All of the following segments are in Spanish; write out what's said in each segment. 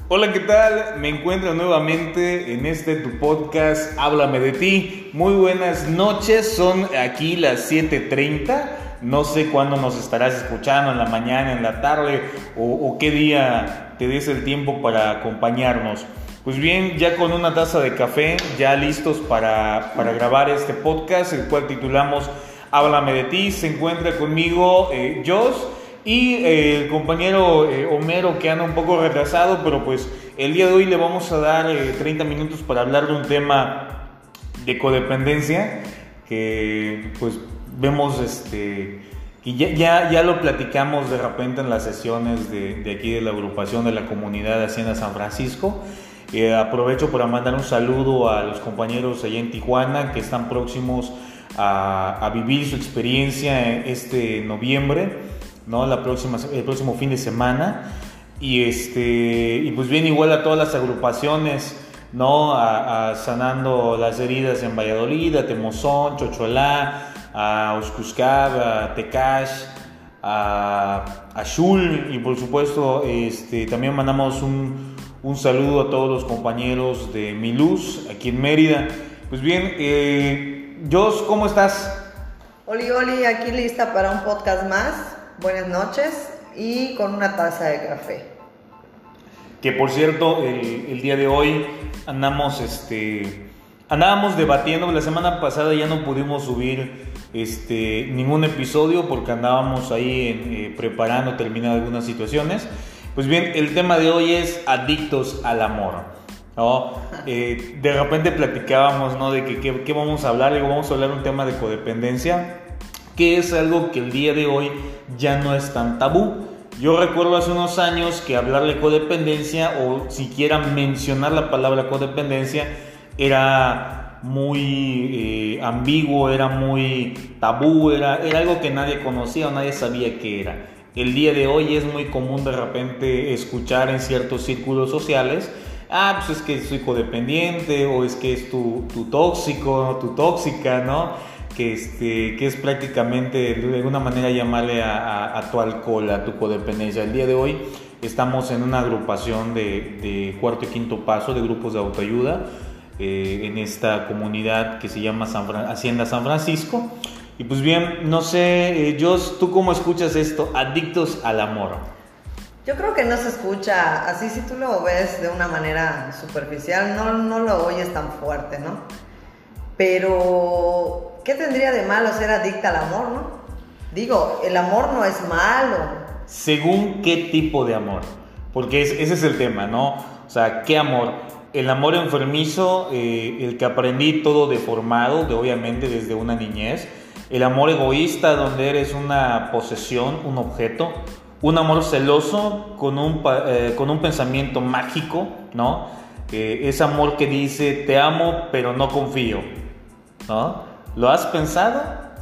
Hola, ¿qué tal? Me encuentro nuevamente en tu podcast Háblame de ti. Muy buenas noches, son aquí las 7:30. No sé cuándo nos estarás escuchando, en la mañana, en la tarde o qué día te des el tiempo para acompañarnos. Pues bien, ya con una taza de café, ya listos para grabar este podcast, el cual titulamos Háblame de ti. Se encuentra conmigo Josh y el compañero Homero, que anda un poco retrasado, pero pues el día de hoy le vamos a dar 30 minutos para hablar de un tema de codependencia que pues vemos que ya lo platicamos de repente en las sesiones de aquí de la agrupación de la comunidad de Hacienda San Francisco. Aprovecho para mandar un saludo a los compañeros allá en Tijuana que están próximos a vivir su experiencia este noviembre, ¿no? El próximo fin de semana. Y pues bien, igual a todas las agrupaciones, ¿no? A Sanando las Heridas en Valladolid, a Temozón, Chocholá, a Oxcuscab, a Tecash, a Xul, y por supuesto también mandamos un saludo a todos los compañeros de Mi Luz aquí en Mérida. Pues bien, Jos, ¿cómo estás? Oli, aquí lista para un podcast más. Buenas noches y con una taza de café. Que por cierto, el día de hoy andábamos debatiendo. La semana pasada ya no pudimos subir ningún episodio porque andábamos ahí preparando terminar algunas situaciones. Pues bien, el tema de hoy es adictos al amor, ¿no? De repente platicábamos, ¿no? De qué vamos a hablar. Digo, vamos a hablar un tema de codependencia, que es algo que el día de hoy ya no es tan tabú. Yo recuerdo hace unos años que hablar de codependencia o siquiera mencionar la palabra codependencia era muy ambiguo, era muy tabú, era algo que nadie conocía o nadie sabía qué era. El día de hoy es muy común de repente escuchar en ciertos círculos sociales: pues es que soy codependiente, o es que es tu tóxico, tu tóxica, ¿no? Que es prácticamente de alguna manera llamarle a tu alcohol, a tu codependencia. El día de hoy estamos en una agrupación de cuarto y quinto paso, de grupos de autoayuda, en esta comunidad que se llama Hacienda San Francisco. Y pues bien, no sé, Jos, ¿tú cómo escuchas esto? Adictos al amor. Yo creo que no se escucha así. Si tú lo ves de una manera superficial, no lo oyes tan fuerte, ¿no? Pero ¿qué tendría de malo ser adicta al amor, no? Digo, el amor no es malo. ¿Según qué tipo de amor? Porque ese es el tema, ¿no? O sea, ¿qué amor? El amor enfermizo, el que aprendí todo deformado, obviamente desde una niñez. El amor egoísta, donde eres una posesión, un objeto. Un amor celoso con un pensamiento mágico, ¿no? Es amor que dice: te amo, pero no confío, ¿no? ¿Lo has pensado?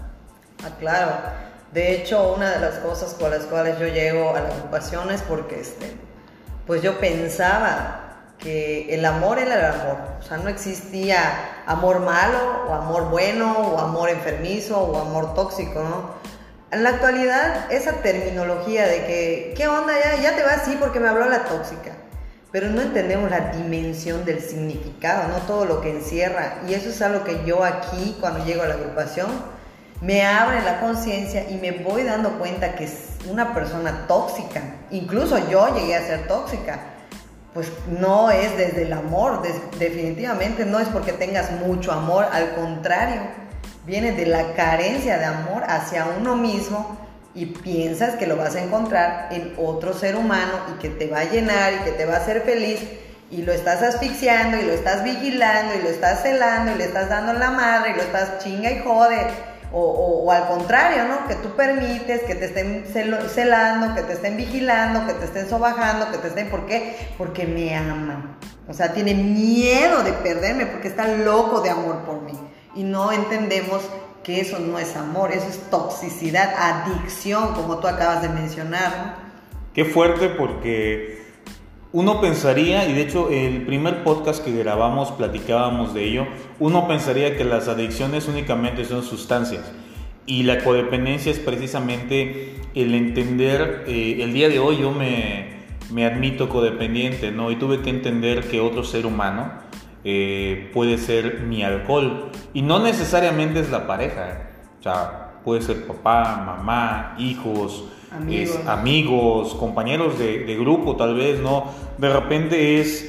Claro. De hecho, una de las cosas con las cuales yo llego a la agrupación es porque pues yo pensaba que el amor era el amor. O sea, no existía amor malo, o amor bueno, o amor enfermizo, o amor tóxico, ¿no? En la actualidad, esa terminología de que, ¿qué onda? Ya te vas, sí, porque me habló la tóxica. Pero no entendemos la dimensión del significado, no todo lo que encierra. Y eso es algo que yo aquí, cuando llego a la agrupación, me abre la conciencia y me voy dando cuenta que es una persona tóxica. Incluso yo llegué a ser tóxica. Pues no es desde el amor, definitivamente no es porque tengas mucho amor, al contrario, viene de la carencia de amor hacia uno mismo y piensas que lo vas a encontrar en otro ser humano y que te va a llenar y que te va a hacer feliz, y lo estás asfixiando y lo estás vigilando y lo estás celando y le estás dando la madre y lo estás chinga y jode, o al contrario, ¿no? Que tú permites que te estén celando, que te estén vigilando, que te estén sobajando, que te estén... ¿Por qué? Porque me aman. O sea, tiene miedo de perderme porque está loco de amor por mí. Y no entendemos que eso no es amor, eso es toxicidad, adicción, como tú acabas de mencionar, ¿no? Qué fuerte, porque uno pensaría, y de hecho el primer podcast que grabamos platicábamos de ello, uno pensaría que las adicciones únicamente son sustancias, y la codependencia es precisamente el entender. El día de hoy yo me me admito codependiente, ¿no? Y tuve que entender que otro ser humano puede ser mi alcohol. Y no necesariamente es la pareja, o sea, puede ser papá, mamá, hijos, amigos, compañeros de grupo tal vez, ¿no? De repente es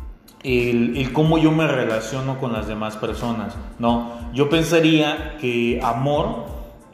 el cómo yo me relaciono con las demás personas, ¿no? Yo pensaría que amor,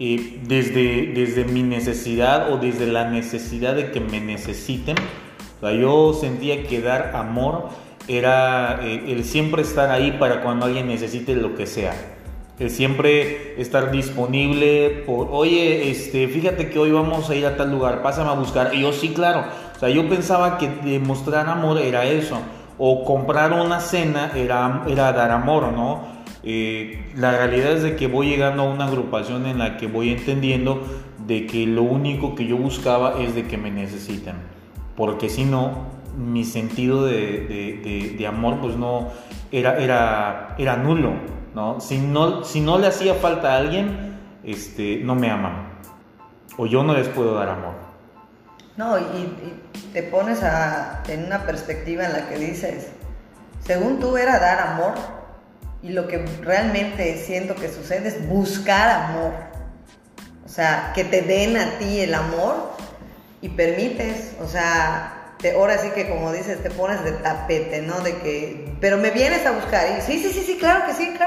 desde mi necesidad o desde la necesidad de que me necesiten, o sea, yo sentía que dar amor era el siempre estar ahí para cuando alguien necesite lo que sea. El siempre estar disponible oye, fíjate que hoy vamos a ir a tal lugar, pásame a buscar. Y yo, sí, claro. O sea, yo pensaba que demostrar amor era eso. O comprar una cena era dar amor, ¿no? La realidad es de que voy llegando a una agrupación en la que voy entendiendo de que lo único que yo buscaba es de que me necesiten. Porque si no, mi sentido de amor pues no era nulo, ¿no? Si no le hacía falta a alguien, no me aman, o yo no les puedo dar amor. No, y te pones en una perspectiva en la que dices, según tú era dar amor, y lo que realmente siento que sucede es buscar amor. O sea, que te den a ti el amor y permites, o sea, ahora sí que como dices, te pones de tapete, ¿no? De que, pero me vienes a buscar, y sí, claro que sí,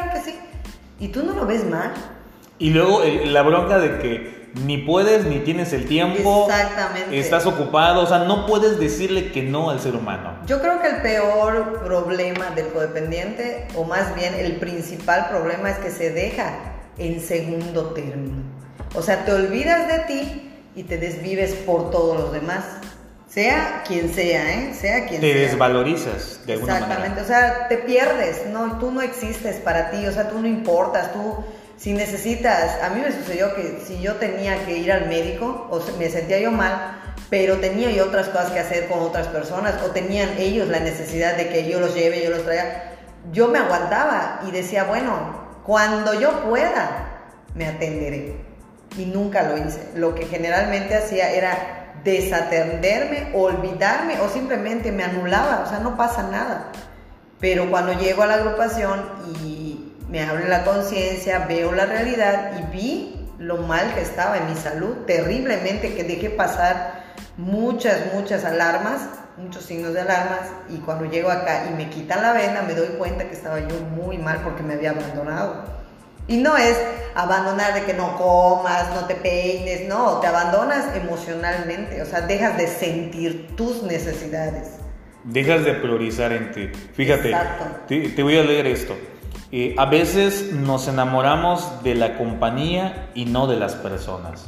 y tú no lo ves mal. Y luego la bronca de que ni puedes ni tienes el tiempo. Exactamente. Estás ocupado, o sea, no puedes decirle que no al ser humano. Yo creo que el peor problema del codependiente, o más bien el principal problema, es que se deja en segundo término. O sea, te olvidas de ti y te desvives por todos los demás. Sea quien sea, sea quien sea. Te desvalorizas de alguna manera. Exactamente, o sea, te pierdes, no, tú no existes para ti, o sea, tú no importas, tú si necesitas, a mí me sucedió que si yo tenía que ir al médico, o me sentía yo mal, pero tenía yo otras cosas que hacer con otras personas, o tenían ellos la necesidad de que yo los lleve, yo los traiga, yo me aguantaba y decía, bueno, cuando yo pueda, me atenderé. Y nunca lo hice. Lo que generalmente hacía era desatenderme, olvidarme, o simplemente me anulaba, o sea, no pasa nada. Pero cuando llego a la agrupación y me abre la conciencia, veo la realidad y vi lo mal que estaba en mi salud, terriblemente, que dejé pasar muchas alarmas, muchos signos de alarmas, y cuando llego acá y me quitan la vena, me doy cuenta que estaba yo muy mal porque me había abandonado. Y no es abandonar de que no comas, no te peines, no, te abandonas emocionalmente, o sea, dejas de sentir tus necesidades. Dejas de priorizar en ti. Fíjate, te voy a leer esto. A veces nos enamoramos de la compañía y no de las personas.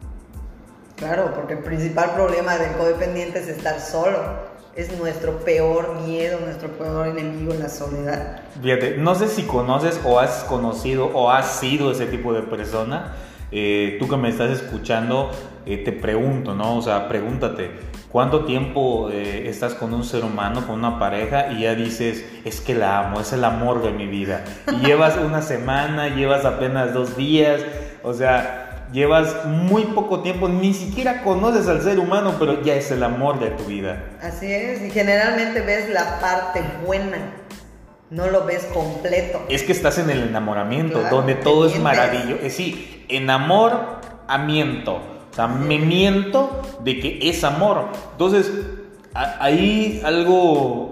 Claro, porque el principal problema del codependiente es estar solo. Es nuestro peor miedo, nuestro peor enemigo, la soledad. Fíjate, no sé si conoces o has conocido o has sido ese tipo de persona. Tú que me estás escuchando, te pregunto, ¿no? O sea, pregúntate, ¿cuánto tiempo estás con un ser humano, con una pareja, y ya dices, es que la amo, es el amor de mi vida? Y llevas una semana, llevas apenas 2 días, o sea, llevas muy poco tiempo, ni siquiera conoces al ser humano, pero ya es el amor de tu vida. Así es, y generalmente ves la parte buena, no lo ves completo. Es que estás en el enamoramiento, claro, donde todo es maravilloso. Sí, enamoramiento. O sea, me miento de que es amor. Entonces, ahí algo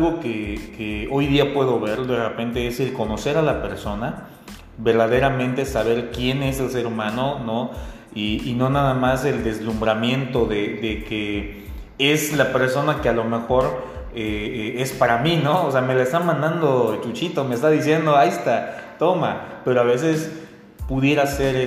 que hoy día puedo ver de repente es el conocer a la persona, verdaderamente saber quién es el ser humano, ¿no? Y no nada más el deslumbramiento de que es la persona que a lo mejor es para mí, ¿no? O sea, me la está mandando Chuchito, me está diciendo, ahí está, toma. Pero a veces pudiera ser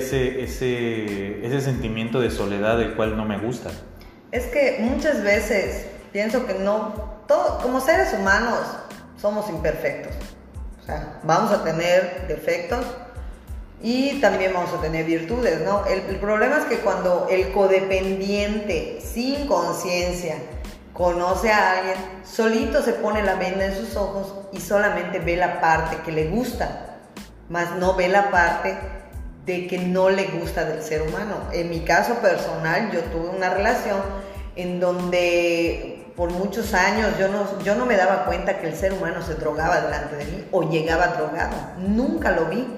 ese sentimiento de soledad del cual no me gusta. Es que muchas veces pienso que como seres humanos somos imperfectos. O sea, vamos a tener defectos y también vamos a tener virtudes, ¿no? El problema es que cuando el codependiente, sin conciencia, conoce a alguien, solito se pone la venda en sus ojos y solamente ve la parte que le gusta, más no ve la parte de que no le gusta del ser humano. En mi caso personal, yo tuve una relación en donde por muchos años yo no me daba cuenta que el ser humano se drogaba delante de mí o llegaba drogado. Nunca lo vi.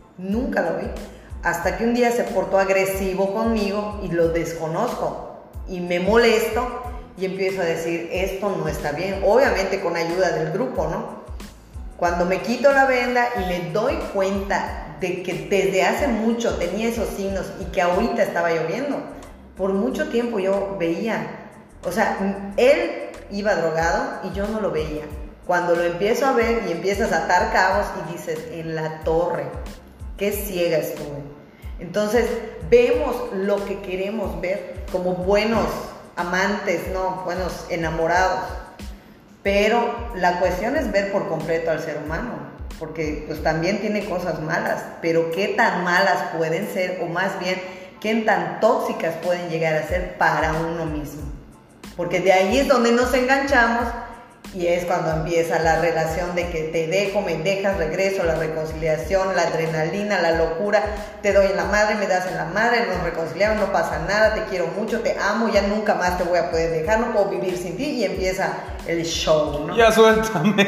Hasta que un día se portó agresivo conmigo y lo desconozco y me molesto y empiezo a decir, esto no está bien, obviamente con ayuda del grupo, ¿no? Cuando me quito la venda y me doy cuenta de que desde hace mucho tenía esos signos y que ahorita estaba lloviendo, por mucho tiempo yo veía, o sea, él iba drogado y yo no lo veía. Cuando lo empiezo a ver y empiezas a atar cabos y dices, en la torre, qué ciega estuve. Entonces vemos lo que queremos ver como buenos amantes, no, buenos enamorados. Pero la cuestión es ver por completo al ser humano, porque pues también tiene cosas malas, pero qué tan malas pueden ser, o más bien, qué tan tóxicas pueden llegar a ser para uno mismo. Porque de ahí es donde nos enganchamos y es cuando empieza la relación de que te dejo, me dejas, regreso, la reconciliación, la adrenalina, la locura, te doy en la madre, me das en la madre, nos reconciliamos, no pasa nada, te quiero mucho, te amo, ya nunca más te voy a poder dejar, no puedo vivir sin ti y empieza el show, ¿no? Ya suéltame.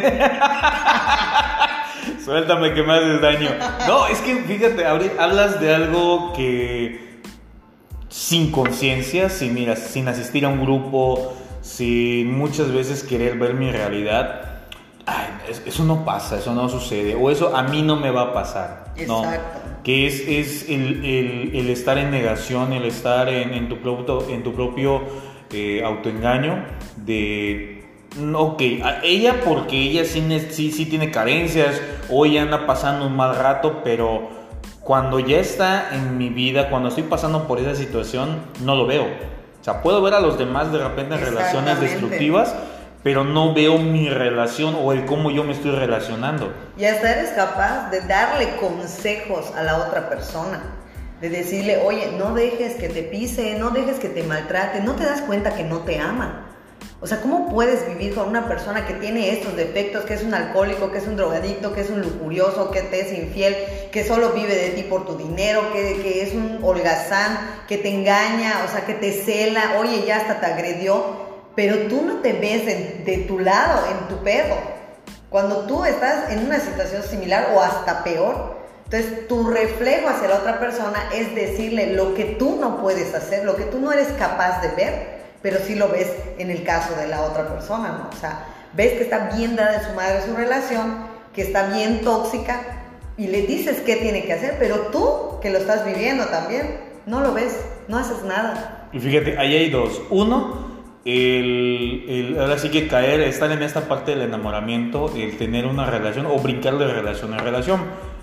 Suéltame que me haces daño. No, es que fíjate, hablas de algo que sin conciencia, sin asistir a un grupo, sin muchas veces querer ver mi realidad, eso no pasa, eso no sucede, o eso a mí no me va a pasar. Exacto. ¿No? Que es el estar en negación, el estar en tu propio autoengaño de... Ok, ella porque ella sí tiene carencias o ella anda pasando un mal rato, pero cuando ya está en mi vida, cuando estoy pasando por esa situación, no lo veo. O sea, puedo ver a los demás de repente en relaciones destructivas, pero no veo mi relación o el cómo yo me estoy relacionando. Y hasta eres capaz de darle consejos a la otra persona, de decirle, oye, no dejes que te pise, no dejes que te maltrate, no te das cuenta que no te ama. O sea, ¿cómo puedes vivir con una persona que tiene estos defectos, que es un alcohólico, que es un drogadicto, que es un lujurioso, que te es infiel, que solo vive de ti por tu dinero, que es un holgazán, que te engaña, o sea, que te cela, oye, ya hasta te agredió, pero tú no te ves de tu lado, en tu pedo? Cuando tú estás en una situación similar o hasta peor, entonces tu reflejo hacia la otra persona es decirle lo que tú no puedes hacer, lo que tú no eres capaz de ver, pero sí lo ves en el caso de la otra persona, ¿no? O sea, ves que está bien dada en su madre su relación, que está bien tóxica y le dices qué tiene que hacer, pero tú, que lo estás viviendo también, no lo ves, no haces nada. Y fíjate, ahí hay dos. Uno, ahora sí que estar en esta parte del enamoramiento, el tener una relación o brincar de relación en relación.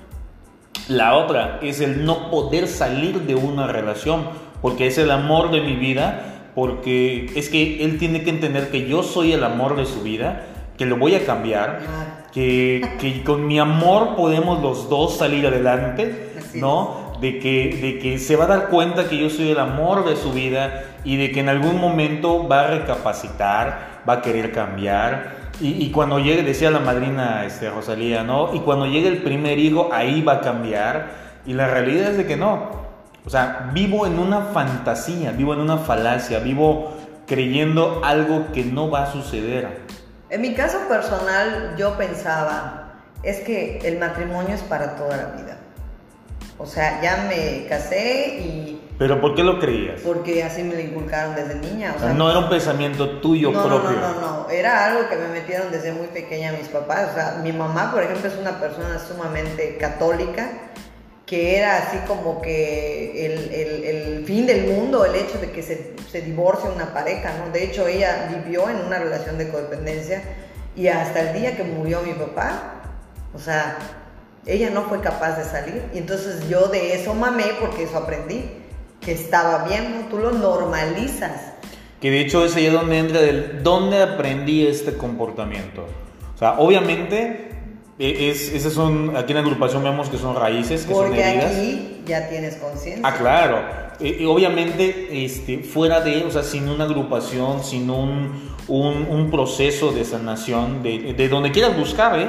La otra es el no poder salir de una relación, porque es el amor de mi vida, porque es que él tiene que entender que yo soy el amor de su vida, que lo voy a cambiar, que con mi amor podemos los dos salir adelante, ¿no? De que se va a dar cuenta que yo soy el amor de su vida y de que en algún momento va a recapacitar, va a querer cambiar. Y cuando llegue, decía la madrina Rosalía, ¿no? Y cuando llegue el primer hijo, ahí va a cambiar. Y la realidad es de que no. O sea, vivo en una fantasía, vivo en una falacia, vivo creyendo algo que no va a suceder. En mi caso personal, yo pensaba, es que el matrimonio es para toda la vida. O sea, ya me casé y... ¿Pero por qué lo creías? Porque así me lo inculcaron desde niña. O sea, no era un pensamiento tuyo propio. No. Era algo que me metieron desde muy pequeña mis papás. O sea, mi mamá, por ejemplo, es una persona sumamente católica, que era así como que el fin del mundo, el hecho de que se divorcie una pareja, ¿no? De hecho, ella vivió en una relación de codependencia y hasta el día que murió mi papá, o sea, ella no fue capaz de salir. Y entonces yo de eso mamé, porque eso aprendí, que estaba bien, ¿no? Tú lo normalizas. Que de hecho es ahí donde entra ¿dónde aprendí este comportamiento? O sea, obviamente... Esas son, aquí en la agrupación vemos que son raíces, que porque son heridas. Porque aquí ya tienes conciencia. Claro. Obviamente, fuera de, o sea, sin una agrupación, sin un proceso de sanación, de donde quieras buscar,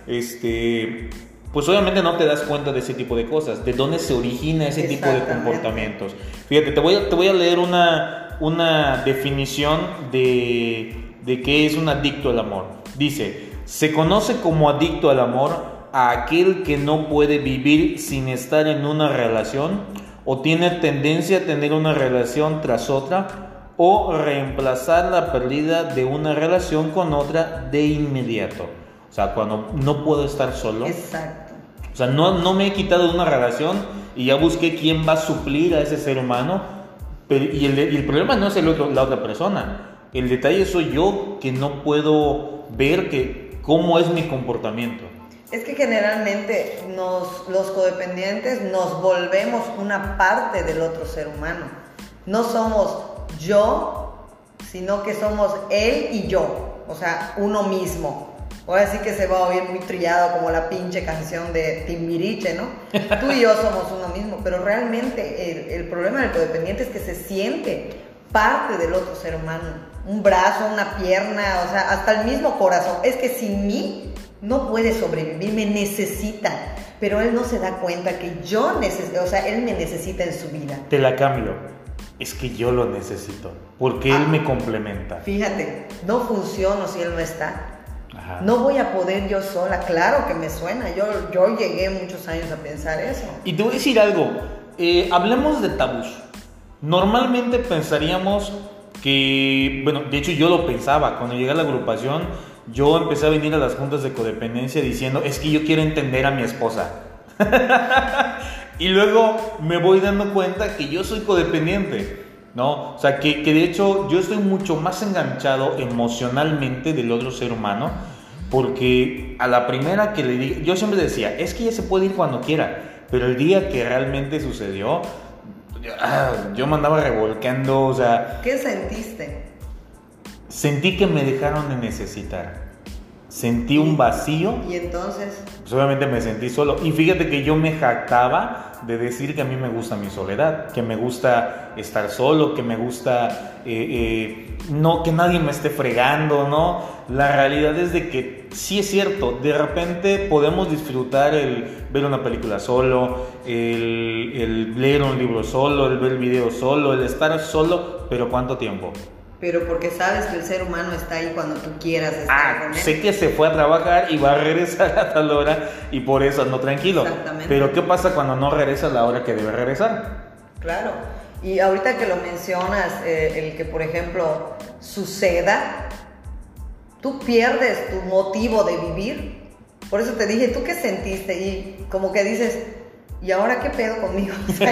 pues obviamente no te das cuenta de ese tipo de cosas, de dónde se origina ese tipo de comportamientos. Fíjate, te voy a leer una definición de de qué es un adicto al amor. Dice, se conoce como adicto al amor a aquel que no puede vivir sin estar en una relación o tiene tendencia a tener una relación tras otra o reemplazar la pérdida de una relación con otra de inmediato. O sea, cuando no puedo estar solo. Exacto. O sea, no me he quitado de una relación y ya busqué quién va a suplir a ese ser humano. Y el problema no es la otra persona. El detalle soy yo, que no puedo ver cómo es mi comportamiento. Es que generalmente los codependientes nos volvemos una parte del otro ser humano. No somos yo, sino que somos él y yo. O sea, uno mismo. Ahora sí que se va a oír muy trillado como la pinche canción de Timbiriche, ¿no? Tú y yo somos uno mismo, pero realmente el problema del codependiente es que se siente parte del otro ser humano. Un brazo, una pierna, o sea, hasta el mismo corazón. Es que sin mí no puede sobrevivir, me necesita. Pero él no se da cuenta que yo necesito, o sea, él me necesita en su vida. Te la cambio. Es que yo lo necesito, porque él me complementa. Fíjate, no funciono si él no está. Ajá. No voy a poder yo sola, claro que me suena. Yo llegué muchos años a pensar eso. Y te voy a decir algo, hablemos de tabús. Normalmente pensaríamos que, bueno, de hecho yo lo pensaba, cuando llegué a la agrupación, yo empecé a venir a las juntas de codependencia diciendo, es que yo quiero entender a mi esposa. Y luego me voy dando cuenta que yo soy codependiente, ¿no? O sea, que de hecho yo estoy mucho más enganchado emocionalmente del otro ser humano, porque a la primera que le digo, yo siempre decía, es que ella se puede ir cuando quiera, pero el día que realmente sucedió, yo me andaba revolcando, o sea... ¿Qué sentiste? Sentí que me dejaron de necesitar. Sentí un vacío. ¿Y entonces? Pues obviamente me sentí solo. Y fíjate que yo me jactaba de decir que a mí me gusta mi soledad, que me gusta estar solo, que me gusta no que nadie me esté fregando, ¿no? La realidad es de que sí es cierto, de repente podemos disfrutar el ver una película solo, el leer un libro solo, el ver video solo, el estar solo, pero ¿cuánto tiempo? Pero porque sabes que el ser humano está ahí cuando tú quieras estar con él. Sé que se fue a trabajar y va a regresar a tal hora y por eso ando tranquilo. Exactamente. Pero ¿qué pasa cuando no regresa a la hora que debe regresar? Claro. Y ahorita que lo mencionas, el que por ejemplo suceda, tú pierdes tu motivo de vivir. Por eso te dije, ¿tú qué sentiste? Y como que dices, ¿y ahora qué pedo conmigo? O sea,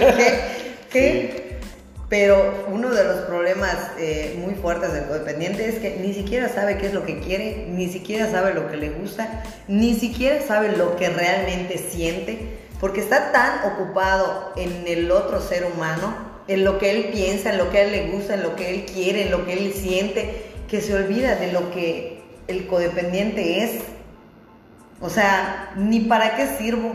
¿qué? Sí. Pero uno de los problemas muy fuertes del codependiente es que ni siquiera sabe qué es lo que quiere, ni siquiera sabe lo que le gusta, ni siquiera sabe lo que realmente siente, porque está tan ocupado en el otro ser humano, en lo que él piensa, en lo que a él le gusta, en lo que él quiere, en lo que él siente, que se olvida de lo que el codependiente es. O sea, ni para qué sirvo.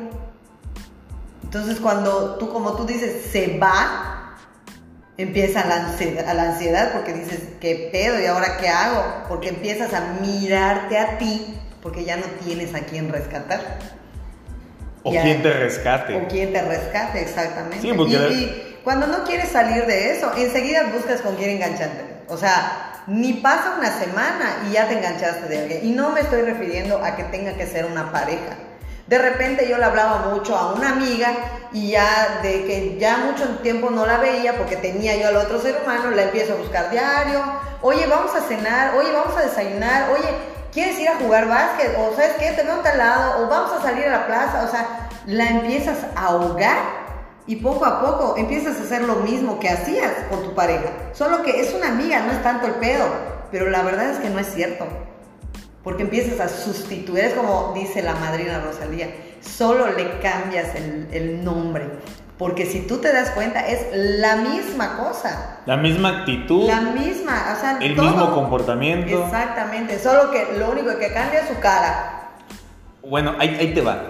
Entonces cuando tú, como tú dices, se va, empieza la ansiedad porque dices, ¿qué pedo? ¿Y ahora qué hago? Porque empiezas a mirarte a ti porque ya no tienes a quién rescatar. O quién te rescate. O quién te rescate, exactamente. Sí, porque y cuando no quieres salir de eso, enseguida buscas con quién engancharte. O sea, ni pasa una semana y ya te enganchaste de alguien. Y no me estoy refiriendo a que tenga que ser una pareja. De repente yo le hablaba mucho a una amiga y ya de que ya mucho tiempo no la veía porque tenía yo al otro ser humano, la empiezo a buscar diario. Oye, vamos a cenar, oye, vamos a desayunar, oye, ¿quieres ir a jugar básquet? O ¿sabes qué? Te veo a tal lado, o vamos a salir a la plaza. O sea, la empiezas a ahogar y poco a poco empiezas a hacer lo mismo que hacías con tu pareja. Solo que es una amiga, no es tanto el pedo. Pero la verdad es que no es cierto. Porque empiezas a sustituir, es como dice la madrina Rosalía, solo le cambias el nombre. Porque si tú te das cuenta, es la misma cosa. La misma actitud. La misma, o sea, el todo, mismo comportamiento. Exactamente, solo que lo único que cambia es su cara. Bueno, ahí te va.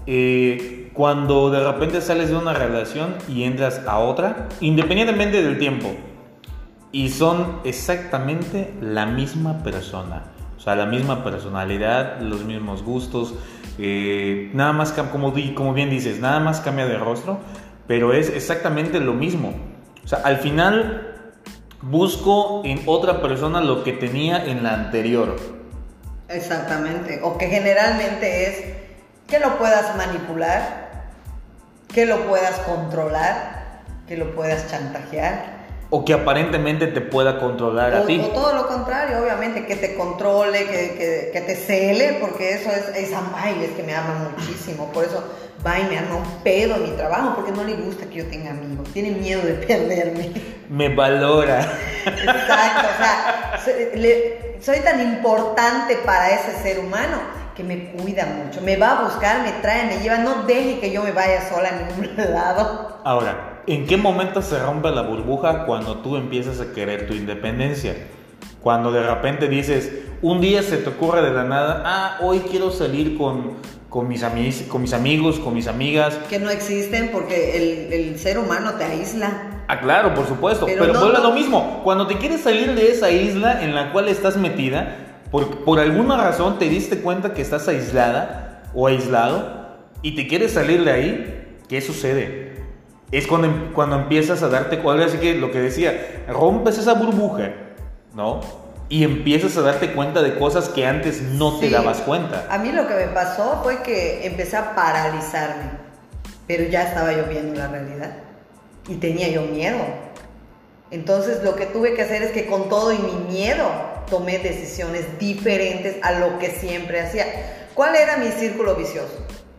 Cuando de repente sales de una relación y entras a otra, independientemente del tiempo, y son exactamente la misma persona. O sea, la misma personalidad, los mismos gustos, nada más, como bien dices, nada más cambia de rostro, pero es exactamente lo mismo. O sea, al final busco en otra persona lo que tenía en la anterior. Exactamente. O que generalmente es que lo puedas manipular, que lo puedas controlar, que lo puedas chantajear. O que aparentemente te pueda controlar a ti. O todo lo contrario, obviamente, que te controle, que te cele, porque eso es que me ama muchísimo. Por eso va y me arma un pedo en mi trabajo, porque no le gusta que yo tenga amigos. Tiene miedo de perderme. Me valora. Exacto, o sea, soy tan importante para ese ser humano que me cuida mucho. Me va a buscar, me trae, me lleva. No deje que yo me vaya sola a ningún lado. Ahora, ¿en qué momento se rompe la burbuja? Cuando tú empiezas a querer tu independencia. Cuando de repente dices, un día se te ocurre de la nada, hoy quiero salir con mis amigos, con mis amigas. Que no existen porque el ser humano te aísla. Claro, por supuesto, pero vuelve a lo mismo. Cuando te quieres salir de esa isla en la cual estás metida, por alguna razón te diste cuenta que estás aislada o aislado y te quieres salir de ahí, ¿qué sucede? Es cuando empiezas a darte cuenta, así que lo que decía, rompes esa burbuja, ¿no? Y empiezas a darte cuenta de cosas que antes no te dabas cuenta. A mí lo que me pasó fue que empecé a paralizarme, pero ya estaba yo viendo la realidad y tenía yo miedo. Entonces lo que tuve que hacer es que con todo y mi miedo tomé decisiones diferentes a lo que siempre hacía. ¿Cuál era mi círculo vicioso?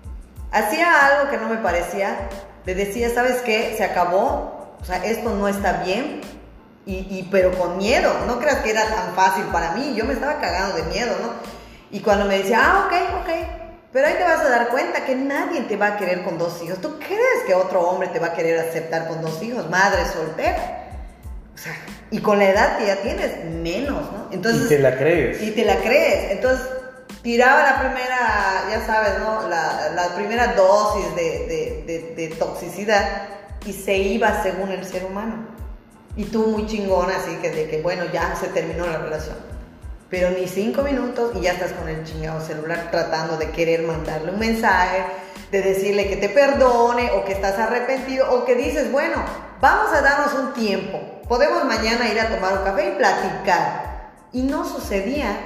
Hacía algo que no me parecía. Le decía, ¿sabes qué? Se acabó, o sea, esto no está bien, pero con miedo. No creas que era tan fácil para mí, yo me estaba cagando de miedo, ¿no? Y cuando me decía, ok, pero ahí te vas a dar cuenta que nadie te va a querer con 2 hijos. ¿Tú crees que otro hombre te va a querer aceptar con 2 hijos? Madre soltera. O sea, y con la edad que ya tienes, menos, ¿no? Entonces, y te la crees. Entonces, tiraba la primera, ya sabes, ¿no? La primera dosis de toxicidad y se iba según el ser humano. Y tú muy chingona, así que de que, bueno, ya se terminó la relación. Pero ni 5 minutos y ya estás con el chingado celular tratando de querer mandarle un mensaje, de decirle que te perdone o que estás arrepentido o que dices, bueno, vamos a darnos un tiempo. Podemos mañana ir a tomar un café y platicar. Y no sucedía.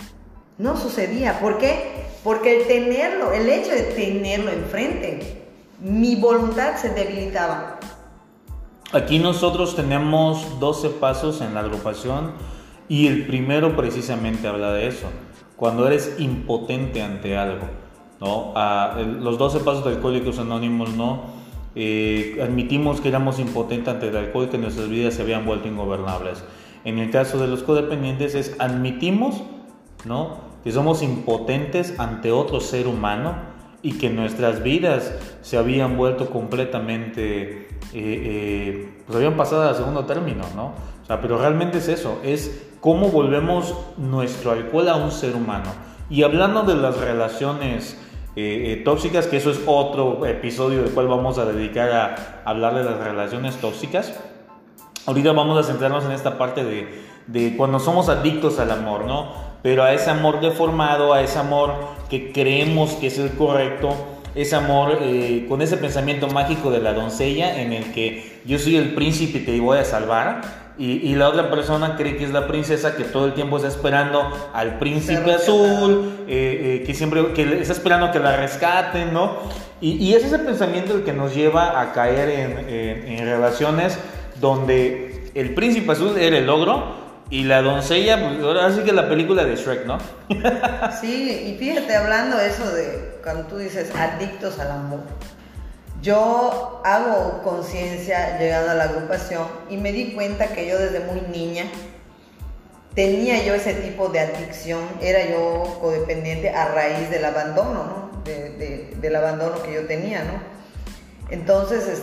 ¿Por qué? Porque el hecho de tenerlo enfrente, mi voluntad se debilitaba. Aquí nosotros tenemos 12 pasos en la agrupación y el primero precisamente habla de eso. Cuando eres impotente ante algo, ¿no? Los 12 pasos de Alcohólicos Anónimos, ¿no? Admitimos que éramos impotentes ante el alcohol y que nuestras vidas se habían vuelto ingobernables. En el caso de los codependientes admitimos, ¿no?, que somos impotentes ante otro ser humano y que nuestras vidas se habían vuelto completamente, pues habían pasado a segundo término, ¿no? O sea, pero realmente es eso, es cómo volvemos nuestro alcohol a un ser humano. Y hablando de las relaciones tóxicas, que eso es otro episodio del cual vamos a dedicar a hablar de las relaciones tóxicas, ahorita vamos a centrarnos en esta parte de cuando somos adictos al amor, ¿no? Pero a ese amor deformado, a ese amor que creemos que es el correcto, ese amor con ese pensamiento mágico de la doncella en el que yo soy el príncipe y te voy a salvar, y la otra persona cree que es la princesa que todo el tiempo está esperando al príncipe azul, que está esperando que la rescaten, ¿no? Y es ese pensamiento el que nos lleva a caer en relaciones donde el príncipe azul era el logro y la doncella, pues ahora sí que la película de Shrek, ¿no? Sí, y fíjate, hablando de eso de cuando tú dices adictos al amor, yo hago conciencia llegando a la agrupación y me di cuenta que yo desde muy niña tenía yo ese tipo de adicción, era yo codependiente a raíz del abandono, ¿no? Del abandono que yo tenía, ¿no? Entonces,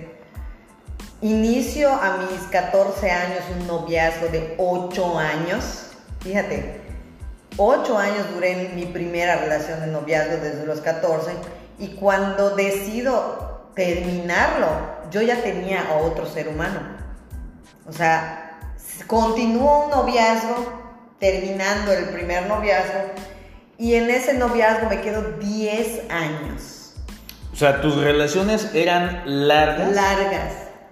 inicio a mis 14 años un noviazgo de 8 años. Fíjate, 8 años duré en mi primera relación de noviazgo desde los 14. Y cuando decido terminarlo, yo ya tenía a otro ser humano. O sea, continúo un noviazgo, terminando el primer noviazgo. Y en ese noviazgo me quedo 10 años. O sea, tus relaciones eran largas. Largas.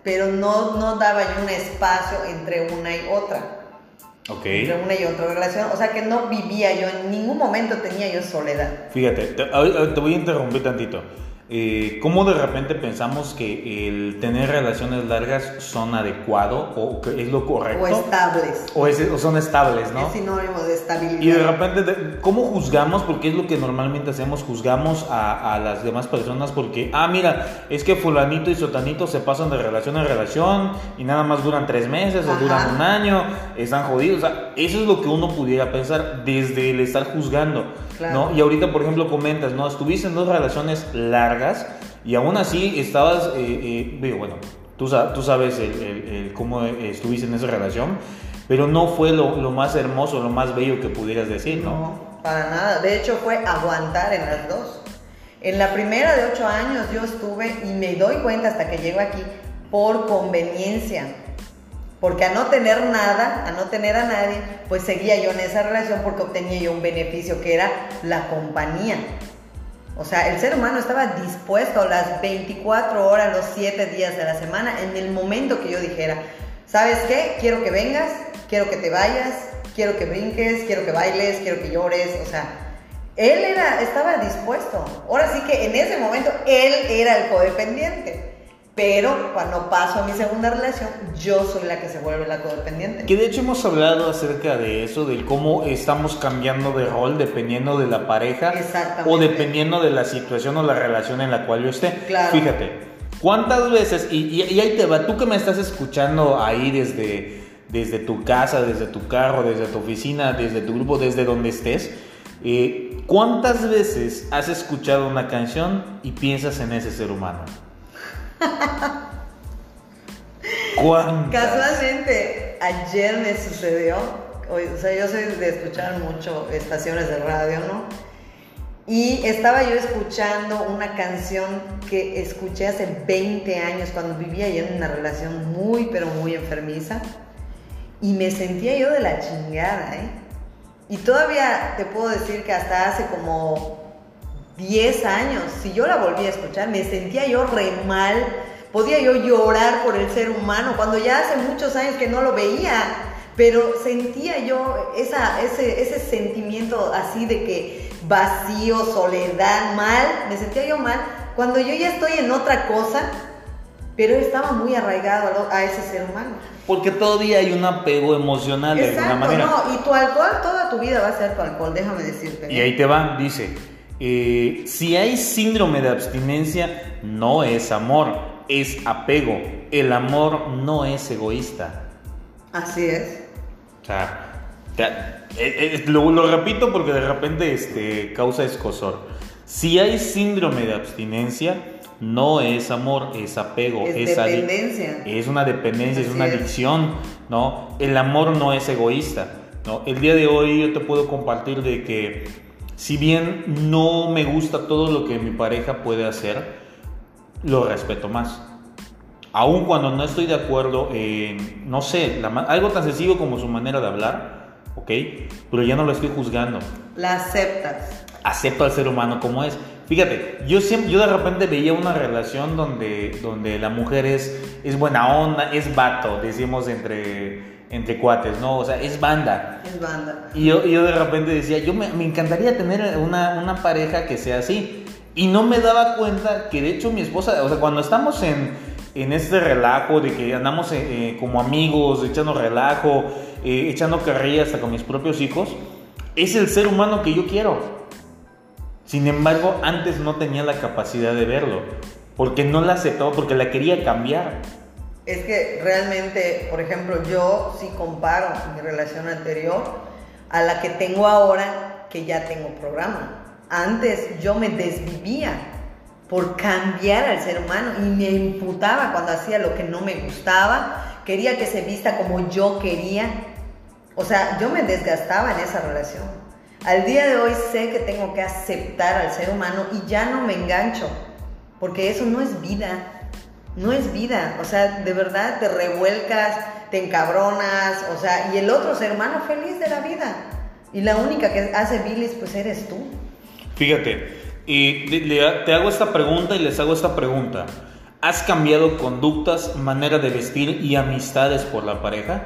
pero no daba yo un espacio entre una y otra. Okay. Entre una y otra relación, o sea que no vivía yo, en ningún momento tenía yo soledad. Fíjate, te voy a interrumpir tantito. ¿Cómo de repente pensamos que el tener relaciones largas son adecuado o que es lo correcto? O estables. O son estables, ¿no? Es sinónimo de estabilidad. Y de repente, ¿cómo juzgamos? Porque es lo que normalmente hacemos, juzgamos a las demás personas porque, mira, es que fulanito y sotanito se pasan de relación en relación y nada más duran 3 meses o duran un año, están jodidos. O sea, eso es lo que uno pudiera pensar desde el estar juzgando, claro. ¿no? Y ahorita, por ejemplo, comentas, ¿no? Estuviste en 2 relaciones largas y aún así estabas, bueno, tú sabes cómo estuviste en esa relación, pero no fue lo más hermoso, lo más bello que pudieras decir, ¿no? No, para nada. De hecho, fue aguantar en las 2. En la primera de 8 años yo estuve, y me doy cuenta hasta que llego aquí, por conveniencia. Porque a no tener nada, a no tener a nadie, pues seguía yo en esa relación porque obtenía yo un beneficio que era la compañía. O sea, el ser humano estaba dispuesto las 24 horas, los 7 días de la semana, en el momento que yo dijera, ¿sabes qué? Quiero que vengas, quiero que te vayas, quiero que brinques, quiero que bailes, quiero que llores. O sea, él estaba dispuesto. Ahora sí que en ese momento él era el codependiente. Pero cuando paso a mi segunda relación, yo soy la que se vuelve la codependiente. Que de hecho hemos hablado acerca de eso, de cómo estamos cambiando de rol dependiendo de la pareja. Exactamente. O dependiendo de la situación o la relación en la cual yo esté. Claro. Fíjate, ¿cuántas veces, y ahí te va, tú que me estás escuchando ahí desde tu casa, desde tu carro, desde tu oficina, desde tu grupo, desde donde estés, ¿cuántas veces has escuchado una canción y piensas en ese ser humano? ¿Cuántas? Casualmente, ayer me sucedió, o sea, yo soy de escuchar mucho estaciones de radio, ¿no? Y estaba yo escuchando una canción que escuché hace 20 años cuando vivía yo en una relación muy, pero muy enfermiza. Y me sentía yo de la chingada, ¿eh? Y todavía te puedo decir que hasta hace como 10 años, si yo la volví a escuchar, me sentía yo re mal, podía yo llorar por el ser humano, cuando ya hace muchos años que no lo veía, pero sentía yo ese sentimiento así de que vacío, soledad, mal, me sentía yo mal, cuando yo ya estoy en otra cosa, pero estaba muy arraigado a ese ser humano. Porque todavía hay un apego emocional de alguna manera. No, y tu alcohol, toda tu vida va a ser tu alcohol, déjame decirte. Y ahí te va, dice... si hay síndrome de abstinencia, no es amor, es apego. El amor no es egoísta. Así es. O sea, lo repito porque de repente causa escozor. Si hay síndrome de abstinencia, no es amor, es apego. Es dependencia. Es una dependencia, Así es una adicción, ¿no? El amor no es egoísta, ¿no? El día de hoy yo te puedo compartir de que si bien no me gusta todo lo que mi pareja puede hacer, lo respeto más. Aun cuando no estoy de acuerdo en, no sé, algo tan sencillo como su manera de hablar, ¿ok? Pero ya no lo estoy juzgando. La aceptas. Acepto al ser humano como es. Fíjate, yo de repente veía una relación donde la mujer es buena onda, es vato, decimos entre cuates, ¿no? O sea, es banda. Es banda. Y yo de repente decía, me encantaría tener una pareja que sea así. Y no me daba cuenta que de hecho mi esposa, o sea, cuando estamos en este relajo de que andamos como amigos, echando relajo, echando carrilla hasta con mis propios hijos, es el ser humano que yo quiero. Sin embargo, antes no tenía la capacidad de verlo, porque no la aceptaba, porque la quería cambiar. Es que realmente, por ejemplo, yo sí comparo mi relación anterior a la que tengo ahora, que ya tengo programa. Antes yo me desvivía por cambiar al ser humano y me imputaba cuando hacía lo que no me gustaba, quería que se vista como yo quería. O sea, yo me desgastaba en esa relación. Al día de hoy sé que tengo que aceptar al ser humano y ya no me engancho, porque eso no es vida. No es vida, o sea, de verdad te revuelcas, te encabronas, o sea, y el otro ser humano feliz de la vida. Y la única que hace bilis, pues eres tú. Fíjate, te hago esta pregunta y les hago esta pregunta. ¿Has cambiado conductas, manera de vestir y amistades por la pareja?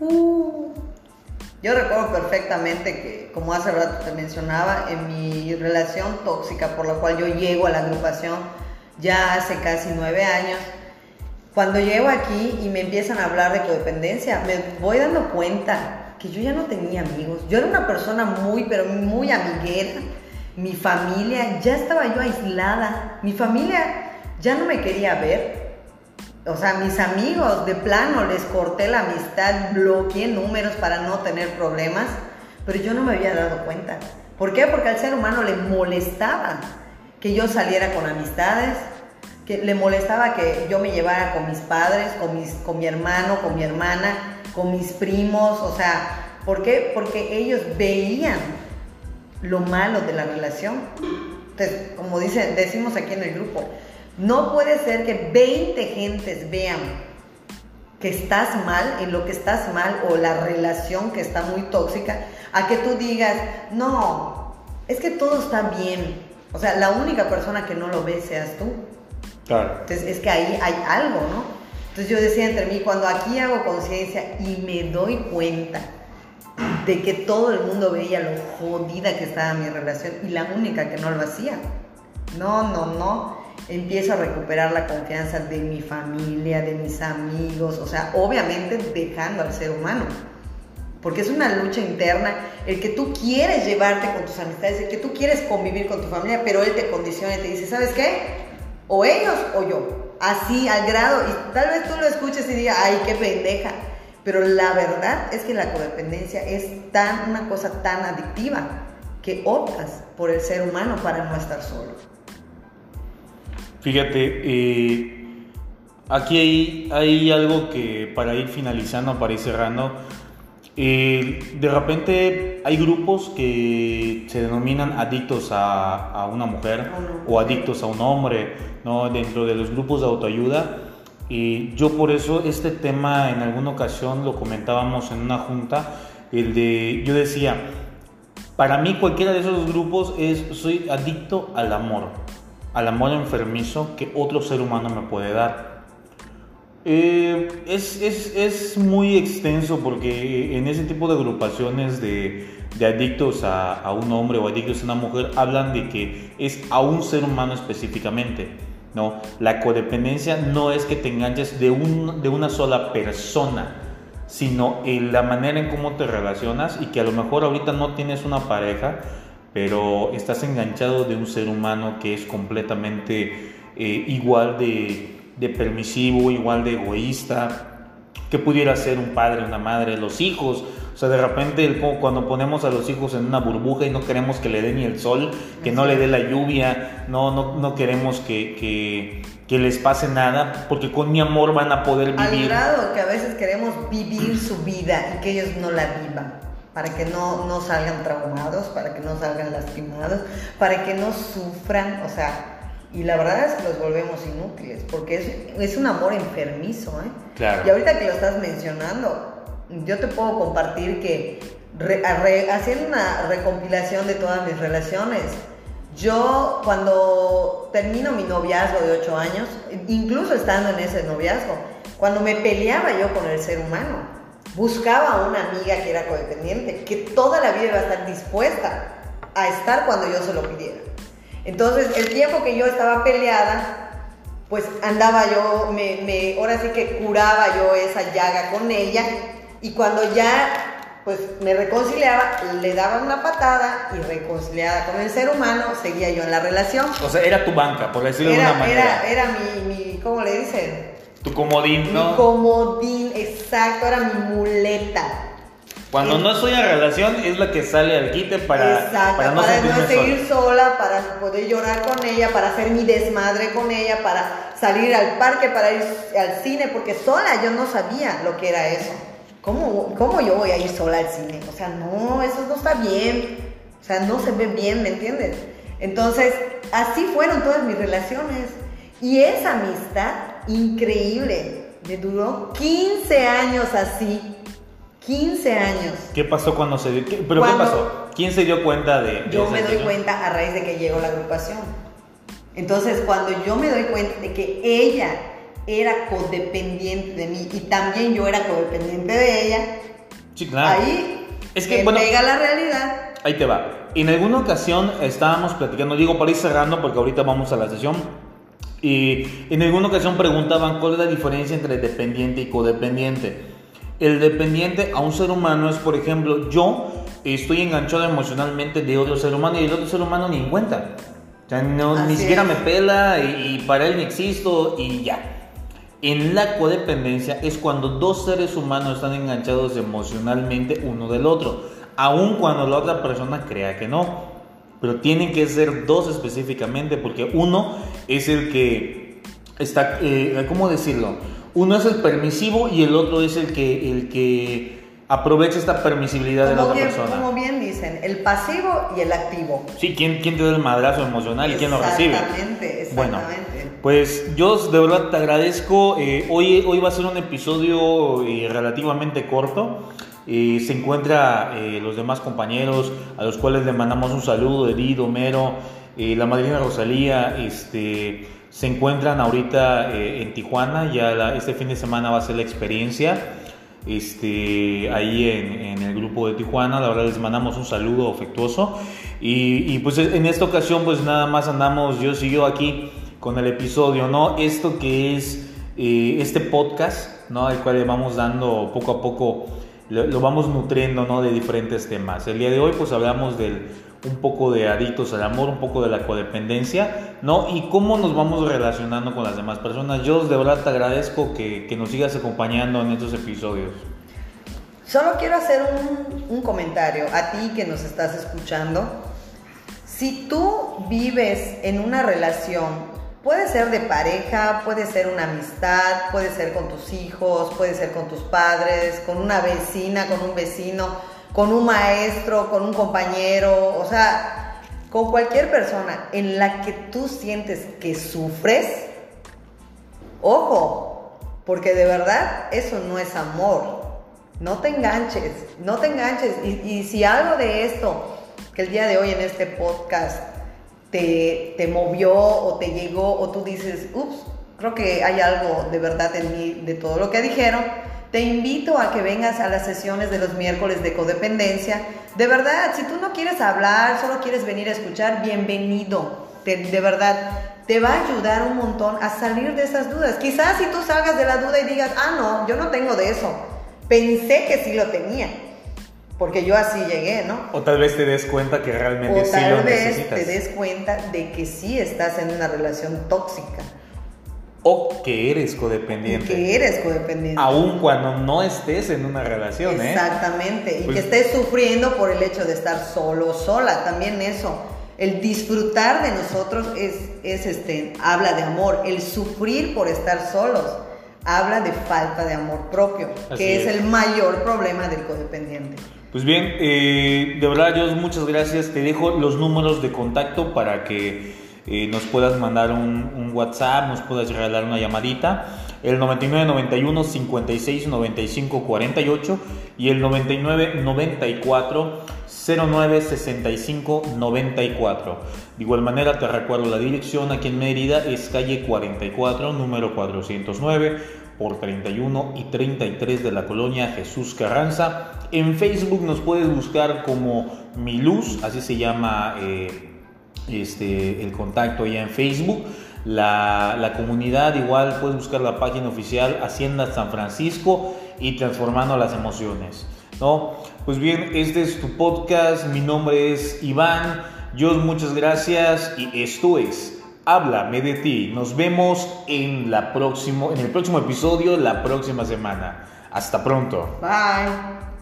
Yo recuerdo perfectamente que, como hace rato te mencionaba, en mi relación tóxica por la cual yo llego a la agrupación ya hace casi 9 años, cuando llego aquí y me empiezan a hablar de codependencia, me voy dando cuenta que yo ya no tenía amigos. Yo era una persona pero muy amiguera. Mi familia, ya estaba yo aislada. Mi familia ya no me quería ver. O sea, mis amigos, de plano, les corté la amistad, bloqueé números para no tener problemas, pero yo no me había dado cuenta. ¿Por qué? Porque al ser humano le molestaba que yo saliera con amistades, que le molestaba que yo me llevara con mis padres, con mi hermano, con mi hermana, con mis primos. O sea, ¿por qué? Porque ellos veían lo malo de la relación. Entonces, como decimos aquí en el grupo, no puede ser que 20 gentes vean que estás mal, en lo que estás mal, o la relación que está muy tóxica, a que tú digas, no, es que todo está bien. O sea, la única persona que no lo ve seas tú. Claro. Entonces, es que ahí hay algo, ¿no? Entonces yo decía entre mí, cuando aquí hago conciencia y me doy cuenta de que todo el mundo veía lo jodida que estaba mi relación y la única que no lo hacía, no, empiezo a recuperar la confianza de mi familia, de mis amigos, o sea, obviamente dejando al ser humano, porque es una lucha interna, el que tú quieres llevarte con tus amistades, el que tú quieres convivir con tu familia, pero él te condiciona y te dice, ¿sabes qué? O ellos o yo, así al grado, y tal vez tú lo escuches y digas, ay, qué pendeja, pero la verdad es que la codependencia es una cosa tan adictiva que optas por el ser humano para no estar solo. Fíjate, aquí hay algo que para ir finalizando, para ir cerrando, de repente hay grupos que se denominan adictos a una mujer o adictos a un hombre, ¿no? Dentro de los grupos de autoayuda. Y yo por eso este tema en alguna ocasión lo comentábamos en una junta, yo decía, para mí cualquiera de esos grupos soy adicto al amor enfermizo que otro ser humano me puede dar. Es muy extenso porque en ese tipo de agrupaciones de adictos a un hombre o adictos a una mujer hablan de que es a un ser humano específicamente, ¿no? La codependencia no es que te enganches de una sola persona, sino en la manera en cómo te relacionas, y que a lo mejor ahorita no tienes una pareja, pero estás enganchado de un ser humano que es completamente igual de permisivo, igual de egoísta, que pudiera ser un padre, una madre, los hijos. O sea, de repente cuando ponemos a los hijos en una burbuja y no queremos que le dé ni el sol, que no le dé la lluvia, no queremos que les pase nada, porque con mi amor van a poder vivir. Al grado que a veces queremos vivir su vida y que ellos no la vivan, para que no salgan traumados, para que no salgan lastimados, para que no sufran, o sea, y la verdad es que los volvemos inútiles, porque es un amor enfermizo, ¿eh? Claro. Y ahorita que lo estás mencionando, yo te puedo compartir que haciendo una recompilación de todas mis relaciones, yo cuando termino mi noviazgo de 8 años, incluso estando en ese noviazgo, cuando me peleaba yo con el ser humano, buscaba a una amiga que era codependiente, que toda la vida iba a estar dispuesta a estar cuando yo se lo pidiera. Entonces, el tiempo que yo estaba peleada, pues andaba yo, ahora sí que curaba yo esa llaga con ella, y cuando ya pues me reconciliaba, le daba una patada y reconciliada con el ser humano, seguía yo en la relación. O sea, era tu banca, por decirlo de una manera. Era mi, ¿cómo le dicen? Tu comodín, ¿no? Mi comodín, exacto, era mi muleta. Cuando no estoy en relación es la que sale al quite para no seguir sola, para poder llorar con ella, para hacer mi desmadre con ella, para salir al parque, para ir al cine, porque sola yo no sabía lo que era eso. ¿Cómo yo voy a ir sola al cine? O sea, no, eso no está bien. O sea, no se ve bien, ¿me entiendes? Entonces, así fueron todas mis relaciones. Y esa amistad increíble me duró 15 años así. 15 años. ¿Qué pasó cuando se dio? ¿Qué pasó? ¿Quién se dio cuenta de Yo me doy cuenta a raíz de que llegó la agrupación. Entonces, cuando yo me doy cuenta de que ella era codependiente de mí y también yo era codependiente de ella, sí, claro. Ahí es que, pega la realidad. Ahí te va. En alguna ocasión estábamos platicando, digo, para ir cerrando porque ahorita vamos a la sesión, y en alguna ocasión preguntaban cuál es la diferencia entre dependiente y codependiente. El dependiente a un ser humano es, por ejemplo, yo estoy enganchado emocionalmente de otro ser humano y el otro ser humano ni en cuenta. O sea, ni siquiera me pela y para él ni existo y ya. En la codependencia es cuando dos seres humanos están enganchados emocionalmente uno del otro, aun cuando la otra persona crea que no. Pero tienen que ser dos específicamente, porque uno es el que está, ¿cómo decirlo? Uno es el permisivo y el otro es el que aprovecha esta permisibilidad de la otra persona. Como bien dicen, el pasivo y el activo. Sí, ¿quién te da el madrazo emocional y quién lo recibe? Exactamente. Bueno, pues yo de verdad te agradezco. Hoy va a ser un episodio relativamente corto. Se encuentra los demás compañeros a los cuales le mandamos un saludo, Edith, Homero, la madrina Rosalía, se encuentran ahorita en Tijuana. Ya este fin de semana va a ser la experiencia ahí en el grupo de Tijuana. La verdad les mandamos un saludo afectuoso y pues en esta ocasión pues nada más andamos yo aquí con el episodio, ¿no? Esto que es este podcast, ¿no? Al cual le vamos dando poco a poco, lo vamos nutriendo, ¿no? De diferentes temas. El día de hoy pues hablamos un poco de adictos al amor, un poco de la codependencia, ¿no? Y cómo nos vamos relacionando con las demás personas. Yo de verdad te agradezco que nos sigas acompañando en estos episodios. Solo quiero hacer un comentario a ti que nos estás escuchando. Si tú vives en una relación, puede ser de pareja, puede ser una amistad, puede ser con tus hijos, puede ser con tus padres, con una vecina, con un vecino, con un maestro, con un compañero, o sea, con cualquier persona en la que tú sientes que sufres, ojo, porque de verdad eso no es amor. No te enganches. Y si algo de esto que el día de hoy en este podcast te movió o te llegó o tú dices, ups, creo que hay algo de verdad en mí de todo lo que dijeron, te invito a que vengas a las sesiones de los miércoles de codependencia. De verdad, si tú no quieres hablar, solo quieres venir a escuchar, bienvenido. De verdad, te va a ayudar un montón a salir de esas dudas. Quizás si tú salgas de la duda y digas, no, yo no tengo de eso. Pensé que sí lo tenía, porque yo así llegué, ¿no? O tal vez te des cuenta que realmente sí lo necesitas. O tal vez te des cuenta de que sí estás en una relación tóxica. O que eres codependiente. Aun cuando no estés en una relación, Exactamente. Y que estés sufriendo por el hecho de estar solo, sola. También eso. El disfrutar de nosotros habla de amor. El sufrir por estar solos habla de falta de amor propio, que es el mayor problema del codependiente. Pues bien, de verdad, Dios, muchas gracias. Te dejo los números de contacto para que nos puedas mandar un WhatsApp, nos puedas regalar una llamadita. El 99 91 56 95 48 y el 99 94 09 65 94. De igual manera te recuerdo la dirección aquí en Mérida, es calle 44, número 409 por 31 y 33 de la colonia Jesús Carranza. En Facebook nos puedes buscar como Mi Luz, así se llama el contacto allá en Facebook. La comunidad, igual puedes buscar la página oficial Hacienda San Francisco y Transformando las Emociones, ¿no? Pues bien, este es tu podcast, mi nombre es Iván. Dios, muchas gracias y esto es Háblame de ti. Nos vemos en el próximo episodio la próxima semana. Hasta pronto. Bye.